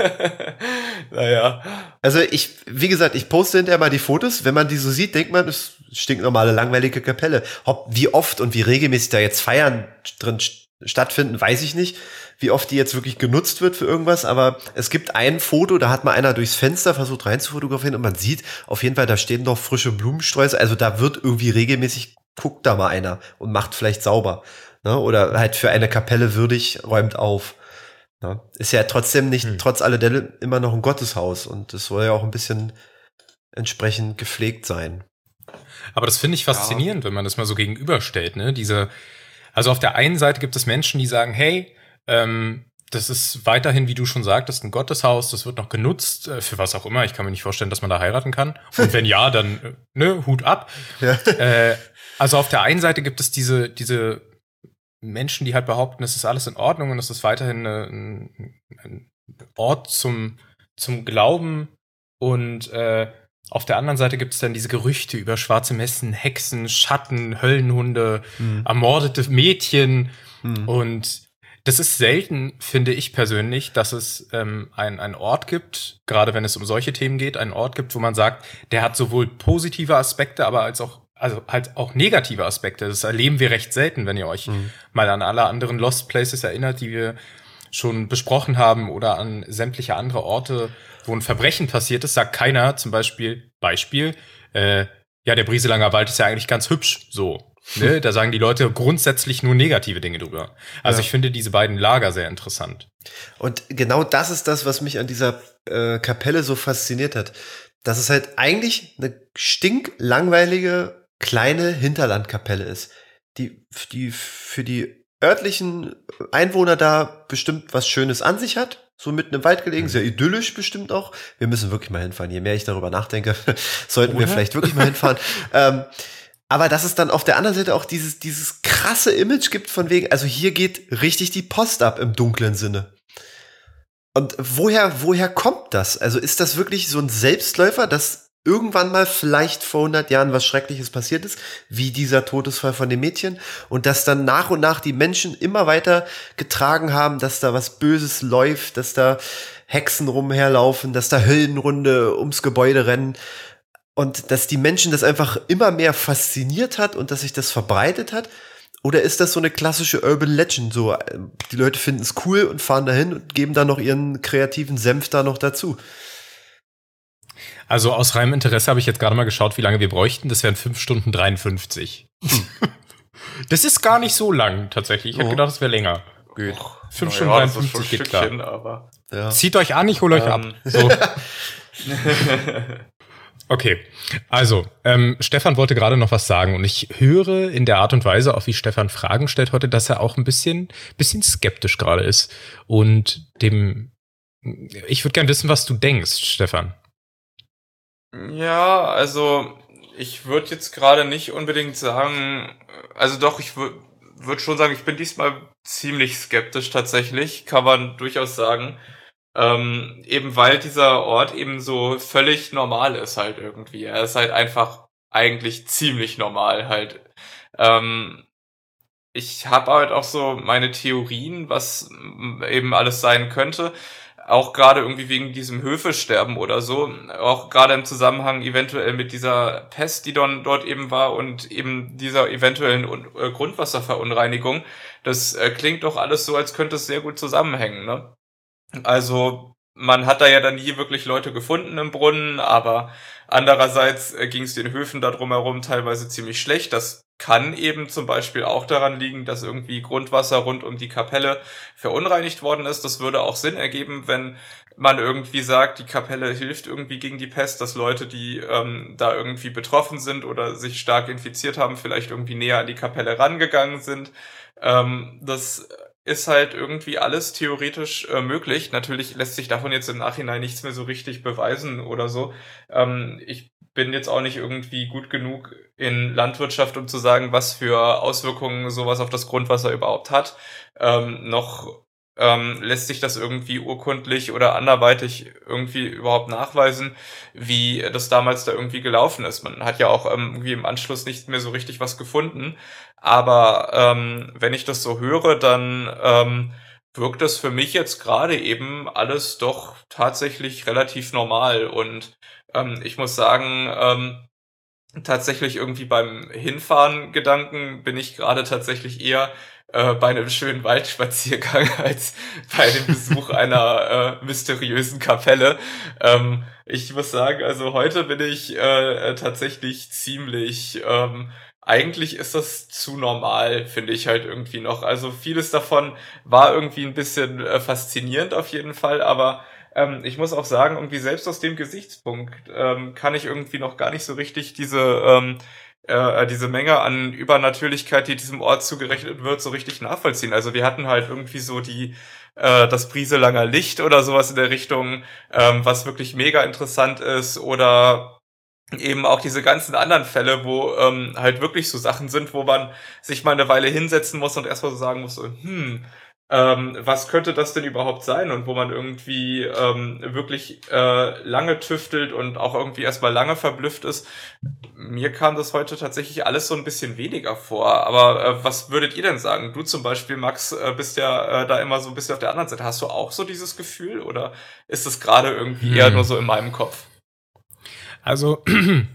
naja. Also ich, wie gesagt, ich poste hinterher mal die Fotos. Wenn man die so sieht, denkt man, das ist stinknormale, langweilige Kapelle. Ob, wie oft und wie regelmäßig da jetzt Feiern drin stattfinden, weiß ich nicht, wie oft die jetzt wirklich genutzt wird für irgendwas, aber es gibt ein Foto, da hat mal einer durchs Fenster versucht reinzufotografieren und man sieht auf jeden Fall, da stehen noch frische Blumensträuße, also da wird irgendwie regelmäßig, guckt da mal einer und macht vielleicht sauber, ne? Oder halt für eine Kapelle würdig, räumt auf. Ne? Ist ja trotzdem nicht, hm. trotz alledem immer noch ein Gotteshaus und das soll ja auch ein bisschen entsprechend gepflegt sein. Aber das finde ich faszinierend, ja. Wenn man das mal so gegenüberstellt, ne? Diese Also auf der einen Seite gibt es Menschen, die sagen, hey, ähm, das ist weiterhin, wie du schon sagtest, ein Gotteshaus, das wird noch genutzt, äh, für was auch immer. Ich kann mir nicht vorstellen, dass man da heiraten kann. Und wenn ja, dann äh, ne, Hut ab. Ja. Äh, also auf der einen Seite gibt es diese diese Menschen, die halt behaupten, es ist alles in Ordnung und es ist weiterhin eine, ein, ein Ort zum zum Glauben. Und äh, auf der anderen Seite gibt es dann diese Gerüchte über schwarze Messen, Hexen, Schatten, Höllenhunde, hm. ermordete Mädchen. Hm. Und das ist selten, finde ich persönlich, dass es ähm, ein, ein Ort gibt, gerade wenn es um solche Themen geht, einen Ort gibt, wo man sagt, der hat sowohl positive Aspekte, aber als auch, also halt auch negative Aspekte. Das erleben wir recht selten, wenn ihr euch hm. mal an alle anderen Lost Places erinnert, die wir schon besprochen haben, oder an sämtliche andere Orte, wo ein Verbrechen passiert ist, sagt keiner, zum Beispiel, Beispiel, äh, ja, der Brieselanger Wald ist ja eigentlich ganz hübsch, so. Ne? Da sagen die Leute grundsätzlich nur negative Dinge drüber. Also ja. Ich finde diese beiden Lager sehr interessant. Und genau das ist das, was mich an dieser äh, Kapelle so fasziniert hat. Dass es halt eigentlich eine stinklangweilige kleine Hinterlandkapelle ist, die, die für die örtlichen Einwohner da bestimmt was Schönes an sich hat. So mitten im Wald gelegen, sehr idyllisch bestimmt auch. Wir müssen wirklich mal hinfahren. Je mehr ich darüber nachdenke, sollten Oder? wir vielleicht wirklich mal hinfahren. ähm, aber dass es dann auf der anderen Seite auch dieses, dieses krasse Image gibt von wegen, also hier geht richtig die Post ab im dunklen Sinne. Und woher, woher kommt das? Also ist das wirklich so ein Selbstläufer, dass irgendwann mal vielleicht vor hundert Jahren was Schreckliches passiert ist, wie dieser Todesfall von dem Mädchen, und dass dann nach und nach die Menschen immer weiter getragen haben, dass da was Böses läuft, dass da Hexen rumherlaufen, dass da Höllenrunde ums Gebäude rennen und dass die Menschen das einfach immer mehr fasziniert hat und dass sich das verbreitet hat? Oder ist das so eine klassische Urban Legend, so die Leute finden es cool und fahren dahin und geben dann noch ihren kreativen Senf da noch dazu? Also aus reinem Interesse habe ich jetzt gerade mal geschaut, wie lange wir bräuchten. Das wären fünf Stunden dreiundfünfzig. Hm. Das ist gar nicht so lang, tatsächlich. Ich hätte oh. gedacht, es wäre länger. Geht. fünf Stunden dreiundfünfzig geht klar. Aber ja. Zieht euch an, ich hole euch um. ab. So. Okay, also ähm, Stefan wollte gerade noch was sagen und ich höre in der Art und Weise, auch wie Stefan Fragen stellt heute, dass er auch ein bisschen, bisschen skeptisch gerade ist. Und dem, ich würde gerne wissen, was du denkst, Stefan. Ja, also ich würde jetzt gerade nicht unbedingt sagen, also doch, ich würde würd schon sagen, ich bin diesmal ziemlich skeptisch tatsächlich, kann man durchaus sagen. Ähm, eben weil dieser Ort eben so völlig normal ist halt irgendwie. Er ist halt einfach eigentlich ziemlich normal halt. Ähm, ich habe halt auch so meine Theorien, was mm, eben alles sein könnte. Auch gerade irgendwie wegen diesem Höfesterben oder so. Auch gerade im Zusammenhang eventuell mit dieser Pest, die dann dort eben war und eben dieser eventuellen Un- äh, Grundwasserverunreinigung. Das äh, klingt doch alles so, als könnte es sehr gut zusammenhängen, ne? Also, man hat da ja dann nie wirklich Leute gefunden im Brunnen, aber andererseits äh, ging es den Höfen da drumherum teilweise ziemlich schlecht. Das kann eben zum Beispiel auch daran liegen, dass irgendwie Grundwasser rund um die Kapelle verunreinigt worden ist. Das würde auch Sinn ergeben, wenn man irgendwie sagt, die Kapelle hilft irgendwie gegen die Pest, dass Leute, die ähm, da irgendwie betroffen sind oder sich stark infiziert haben, vielleicht irgendwie näher an die Kapelle rangegangen sind. Ähm, das ist halt irgendwie alles theoretisch äh, möglich. Natürlich lässt sich davon jetzt im Nachhinein nichts mehr so richtig beweisen oder so. Ähm, ich bin jetzt auch nicht irgendwie gut genug in Landwirtschaft, um zu sagen, was für Auswirkungen sowas auf das Grundwasser überhaupt hat. Ähm, noch ähm, lässt sich das irgendwie urkundlich oder anderweitig irgendwie überhaupt nachweisen, wie das damals da irgendwie gelaufen ist. Man hat ja auch ähm, irgendwie im Anschluss nicht mehr so richtig was gefunden. Aber ähm, wenn ich das so höre, dann ähm, wirkt das für mich jetzt gerade eben alles doch tatsächlich relativ normal. Und ähm, ich muss sagen, ähm, tatsächlich irgendwie beim Hinfahren-Gedanken bin ich gerade tatsächlich eher äh, bei einem schönen Waldspaziergang als bei dem Besuch einer äh, mysteriösen Kapelle. Ähm, ich muss sagen, also heute bin ich äh, tatsächlich ziemlich... Ähm, eigentlich ist das zu normal, finde ich halt irgendwie noch. Also vieles davon war irgendwie ein bisschen äh, faszinierend auf jeden Fall, aber ähm, ich muss auch sagen, irgendwie selbst aus dem Gesichtspunkt ähm, kann ich irgendwie noch gar nicht so richtig diese ähm, äh, diese Menge an Übernatürlichkeit, die diesem Ort zugerechnet wird, so richtig nachvollziehen. Also wir hatten halt irgendwie so die äh, das Brieselanger Licht oder sowas in der Richtung, ähm, was wirklich mega interessant ist, oder eben auch diese ganzen anderen Fälle, wo ähm, halt wirklich so Sachen sind, wo man sich mal eine Weile hinsetzen muss und erstmal so sagen muss, so, hm, ähm, was könnte das denn überhaupt sein? Und wo man irgendwie ähm, wirklich äh, lange tüftelt und auch irgendwie erstmal lange verblüfft ist. Mir kam das heute tatsächlich alles so ein bisschen weniger vor. Aber äh, was würdet ihr denn sagen? Du zum Beispiel, Max, äh, bist ja äh, da immer so ein bisschen auf der anderen Seite. Hast du auch so dieses Gefühl oder ist es gerade irgendwie Hm. eher nur so in meinem Kopf? Also,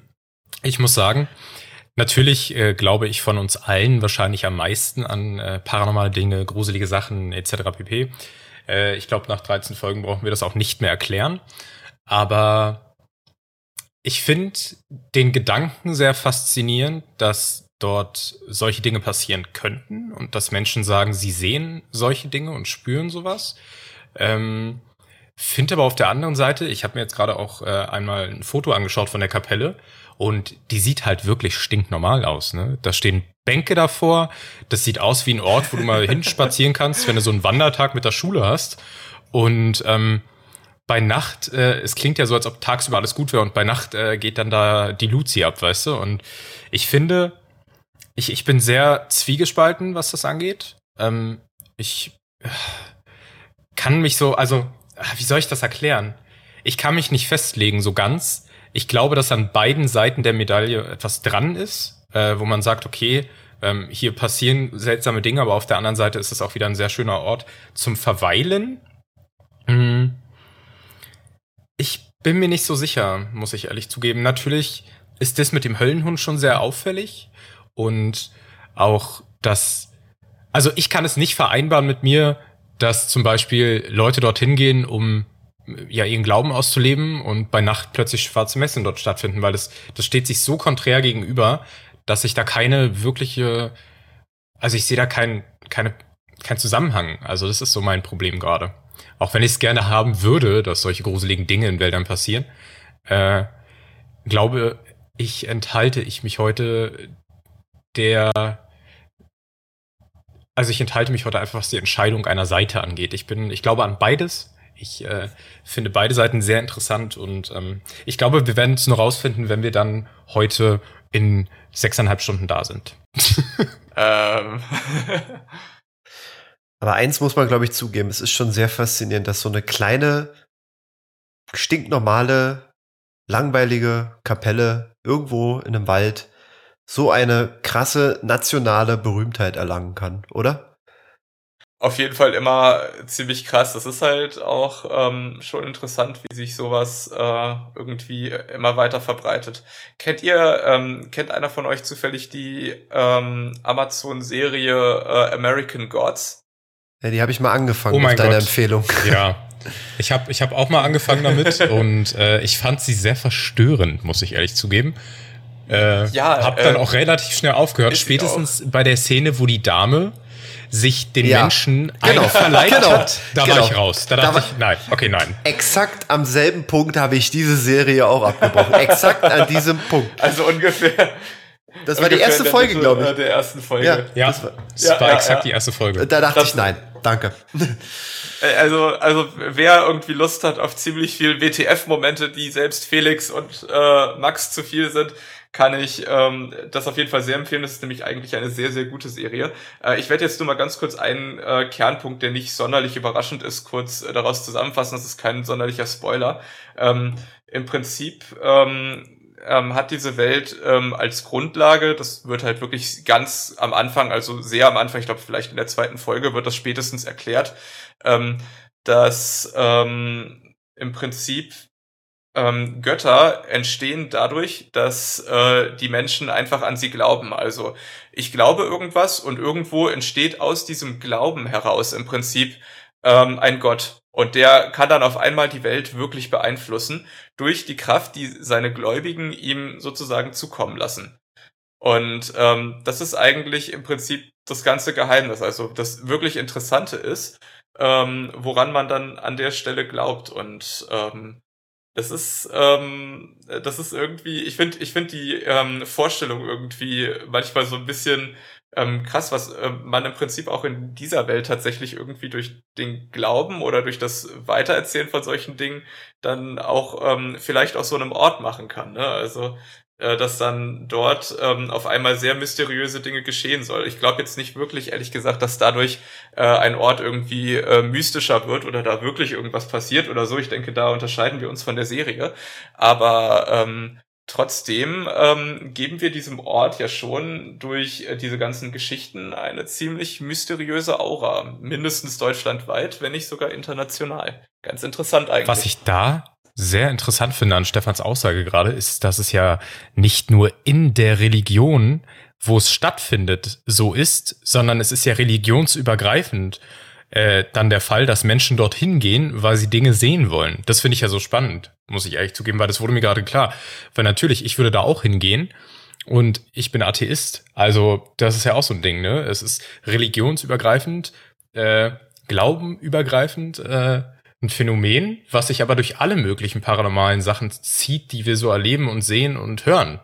ich muss sagen, natürlich äh, glaube ich von uns allen wahrscheinlich am meisten an äh, paranormale Dinge, gruselige Sachen et cetera pp. Äh, ich glaube, nach dreizehn Folgen brauchen wir das auch nicht mehr erklären. Aber ich finde den Gedanken sehr faszinierend, dass dort solche Dinge passieren könnten und dass Menschen sagen, sie sehen solche Dinge und spüren sowas. Ähm, Finde aber auf der anderen Seite, ich habe mir jetzt gerade auch äh, einmal ein Foto angeschaut von der Kapelle und die sieht halt wirklich stinknormal aus, ne? Da stehen Bänke davor, das sieht aus wie ein Ort, wo du mal hinspazieren kannst, wenn du so einen Wandertag mit der Schule hast. Und ähm, bei Nacht, äh, es klingt ja so, als ob tagsüber alles gut wäre und bei Nacht äh, geht dann da die Luzi ab, weißt du? Und ich finde, ich, ich bin sehr zwiegespalten, was das angeht. Ähm, ich äh, kann mich so, also wie soll ich das erklären? Ich kann mich nicht festlegen so ganz. Ich glaube, dass an beiden Seiten der Medaille etwas dran ist, äh, wo man sagt, okay, ähm, hier passieren seltsame Dinge, aber auf der anderen Seite ist es auch wieder ein sehr schöner Ort zum Verweilen. Hm. Ich bin mir nicht so sicher, muss ich ehrlich zugeben. Natürlich ist das mit dem Höllenhund schon sehr auffällig und auch das, also ich kann es nicht vereinbaren mit mir, dass zum Beispiel Leute dorthin gehen, um ja ihren Glauben auszuleben und bei Nacht plötzlich schwarze Messen dort stattfinden, weil das, das steht sich so konträr gegenüber, dass ich da keine wirkliche, also ich sehe da keinen keine, kein Zusammenhang. Also das ist so mein Problem gerade. Auch wenn ich es gerne haben würde, dass solche gruseligen Dinge in Wäldern passieren, äh, glaube ich, enthalte ich mich heute der, also ich enthalte mich heute einfach, was die Entscheidung einer Seite angeht. Ich bin, ich glaube an beides. Ich äh, finde beide Seiten sehr interessant und ähm, ich glaube, wir werden es nur rausfinden, wenn wir dann heute in sechseinhalb Stunden da sind. ähm. Aber eins muss man, glaube ich, zugeben, es ist schon sehr faszinierend, dass so eine kleine, stinknormale, langweilige Kapelle irgendwo in einem Wald so eine krasse nationale Berühmtheit erlangen kann, oder? Auf jeden Fall immer ziemlich krass. Das ist halt auch ähm, schon interessant, wie sich sowas äh, irgendwie immer weiter verbreitet. Kennt ihr, ähm, kennt einer von euch zufällig die ähm, Amazon-Serie äh, American Gods? Ja, die habe ich mal angefangen oh mein auf deine Gott. Empfehlung. Ja, ich habe ich hab auch mal angefangen damit und äh, ich fand sie sehr verstörend, muss ich ehrlich zugeben. Äh, ja, hab dann äh, auch relativ schnell aufgehört, spätestens bei der Szene, wo die Dame sich den ja, Menschen genau, einverleibt genau, hat, da genau. war ich raus. Da dachte da ich, nein, okay, nein. Exakt am selben Punkt habe ich diese Serie auch abgebrochen. Exakt an diesem Punkt. Also ungefähr. Das war die erste Folge, glaube ich. Der ersten Folge. Ja, ja das war, das ja, war ja, exakt ja. die erste Folge. Da dachte das, ich, nein, danke. Also, also wer irgendwie Lust hat auf ziemlich viel W T F-Momente, die selbst Felix und äh, Max zu viel sind, kann ich ähm, das auf jeden Fall sehr empfehlen. Das ist nämlich eigentlich eine sehr, sehr gute Serie. Äh, ich werde jetzt nur mal ganz kurz einen äh, Kernpunkt, der nicht sonderlich überraschend ist, kurz äh, daraus zusammenfassen. Das ist kein sonderlicher Spoiler. Ähm, im Prinzip ähm, ähm, hat diese Welt ähm, als Grundlage, das wird halt wirklich ganz am Anfang, also sehr am Anfang, ich glaube vielleicht in der zweiten Folge wird das spätestens erklärt, ähm, dass ähm, im Prinzip Ähm, Götter entstehen dadurch, dass äh, die Menschen einfach an sie glauben. Also ich glaube irgendwas und irgendwo entsteht aus diesem Glauben heraus im Prinzip ähm, ein Gott. Und der kann dann auf einmal die Welt wirklich beeinflussen durch die Kraft, die seine Gläubigen ihm sozusagen zukommen lassen. Und ähm, das ist eigentlich im Prinzip das ganze Geheimnis. Also das wirklich Interessante ist, ähm, woran man dann an der Stelle glaubt. Und ähm, Das ist, ähm, das ist irgendwie, ich finde, ich finde die ähm, Vorstellung irgendwie manchmal so ein bisschen ähm, krass, was äh, man im Prinzip auch in dieser Welt tatsächlich irgendwie durch den Glauben oder durch das Weitererzählen von solchen Dingen dann auch ähm, vielleicht aus so einem Ort machen kann, ne? Also äh, dass dann dort ähm, auf einmal sehr mysteriöse Dinge geschehen soll. Ich glaube jetzt nicht wirklich, ehrlich gesagt, dass dadurch äh, ein Ort irgendwie äh, mystischer wird oder da wirklich irgendwas passiert oder so. Ich denke, da unterscheiden wir uns von der Serie. Aber ähm, trotzdem ähm, geben wir diesem Ort ja schon durch äh, diese ganzen Geschichten eine ziemlich mysteriöse Aura. Mindestens deutschlandweit, wenn nicht sogar international. Ganz interessant eigentlich. Was ich da sehr interessant finde an Stefans Aussage gerade, ist, dass es ja nicht nur in der Religion, wo es stattfindet, so ist, sondern es ist ja religionsübergreifend äh, dann der Fall, dass Menschen dorthin gehen, weil sie Dinge sehen wollen. Das finde ich ja so spannend, muss ich ehrlich zugeben, weil das wurde mir gerade klar. Weil natürlich, ich würde da auch hingehen und ich bin Atheist, also das ist ja auch so ein Ding, ne? Es ist religionsübergreifend, äh, glaubenübergreifend, äh, ein Phänomen, was sich aber durch alle möglichen paranormalen Sachen zieht, die wir so erleben und sehen und hören.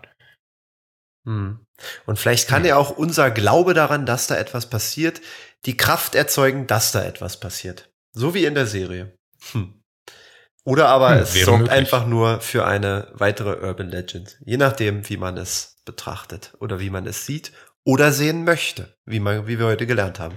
Hm. Und vielleicht kann hm. ja auch unser Glaube daran, dass da etwas passiert, die Kraft erzeugen, dass da etwas passiert. So wie in der Serie. Hm. Oder aber hm, es sorgt möglich. einfach nur für eine weitere Urban Legend. Je nachdem, wie man es betrachtet oder wie man es sieht oder sehen möchte, wie man, wie wir heute gelernt haben.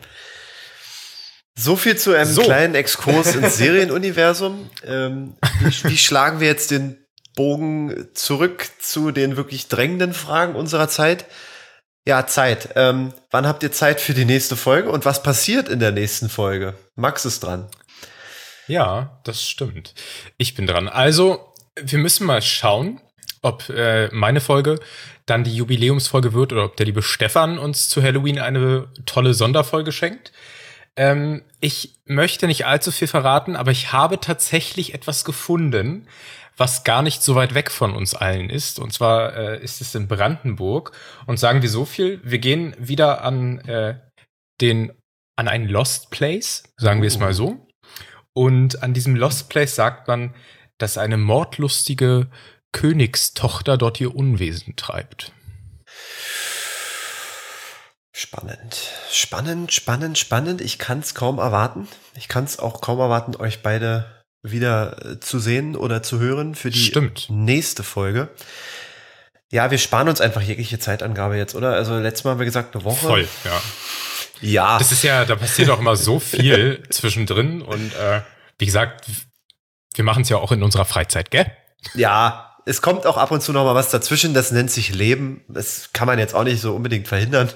So viel zu einem so. kleinen Exkurs ins Serienuniversum. Ähm, wie, wie schlagen wir jetzt den Bogen zurück zu den wirklich drängenden Fragen unserer Zeit? Ja, Zeit. Ähm, wann habt ihr Zeit für die nächste Folge und was passiert in der nächsten Folge? Max ist dran. Ja, das stimmt. Ich bin dran. Also, wir müssen mal schauen, ob äh, meine Folge dann die Jubiläumsfolge wird oder ob der liebe Stefan uns zu Halloween eine tolle Sonderfolge schenkt. Ähm, ich möchte nicht allzu viel verraten, aber ich habe tatsächlich etwas gefunden, was gar nicht so weit weg von uns allen ist. Und zwar äh, ist es in Brandenburg. Und sagen wir so viel, wir gehen wieder an äh, den an einen Lost Place, sagen wir es mal so. Und an diesem Lost Place sagt man, dass eine mordlustige Königstochter dort ihr Unwesen treibt. Spannend, spannend, spannend, spannend. Ich kann es kaum erwarten. Ich kann es auch kaum erwarten, euch beide wieder zu sehen oder zu hören für die Stimmt. nächste Folge. Ja, wir sparen uns einfach jegliche Zeitangabe jetzt, oder? Also letztes Mal haben wir gesagt, eine Woche. Voll, ja. Ja. Das ist ja, da passiert auch immer so viel zwischendrin und äh, wie gesagt, wir machen es ja auch in unserer Freizeit, gell? Ja, es kommt auch ab und zu noch mal was dazwischen, das nennt sich Leben. Das kann man jetzt auch nicht so unbedingt verhindern.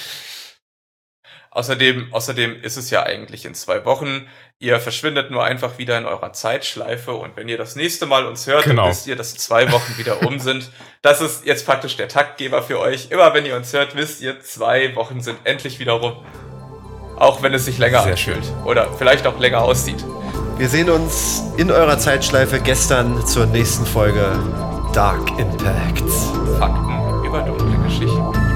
Außerdem, außerdem ist es ja eigentlich in zwei Wochen. Ihr verschwindet nur einfach wieder in eurer Zeitschleife und wenn ihr das nächste Mal uns hört, Genau. dann wisst ihr, dass zwei Wochen wieder um sind. Das ist jetzt praktisch der Taktgeber für euch. Immer wenn ihr uns hört, wisst ihr, zwei Wochen sind endlich wieder rum. Auch wenn es sich länger Sehr anfühlt. schön. Oder vielleicht auch länger aussieht. Wir sehen uns in eurer Zeitschleife gestern zur nächsten Folge Dark Impacts. Fakten über dunkle Geschichten.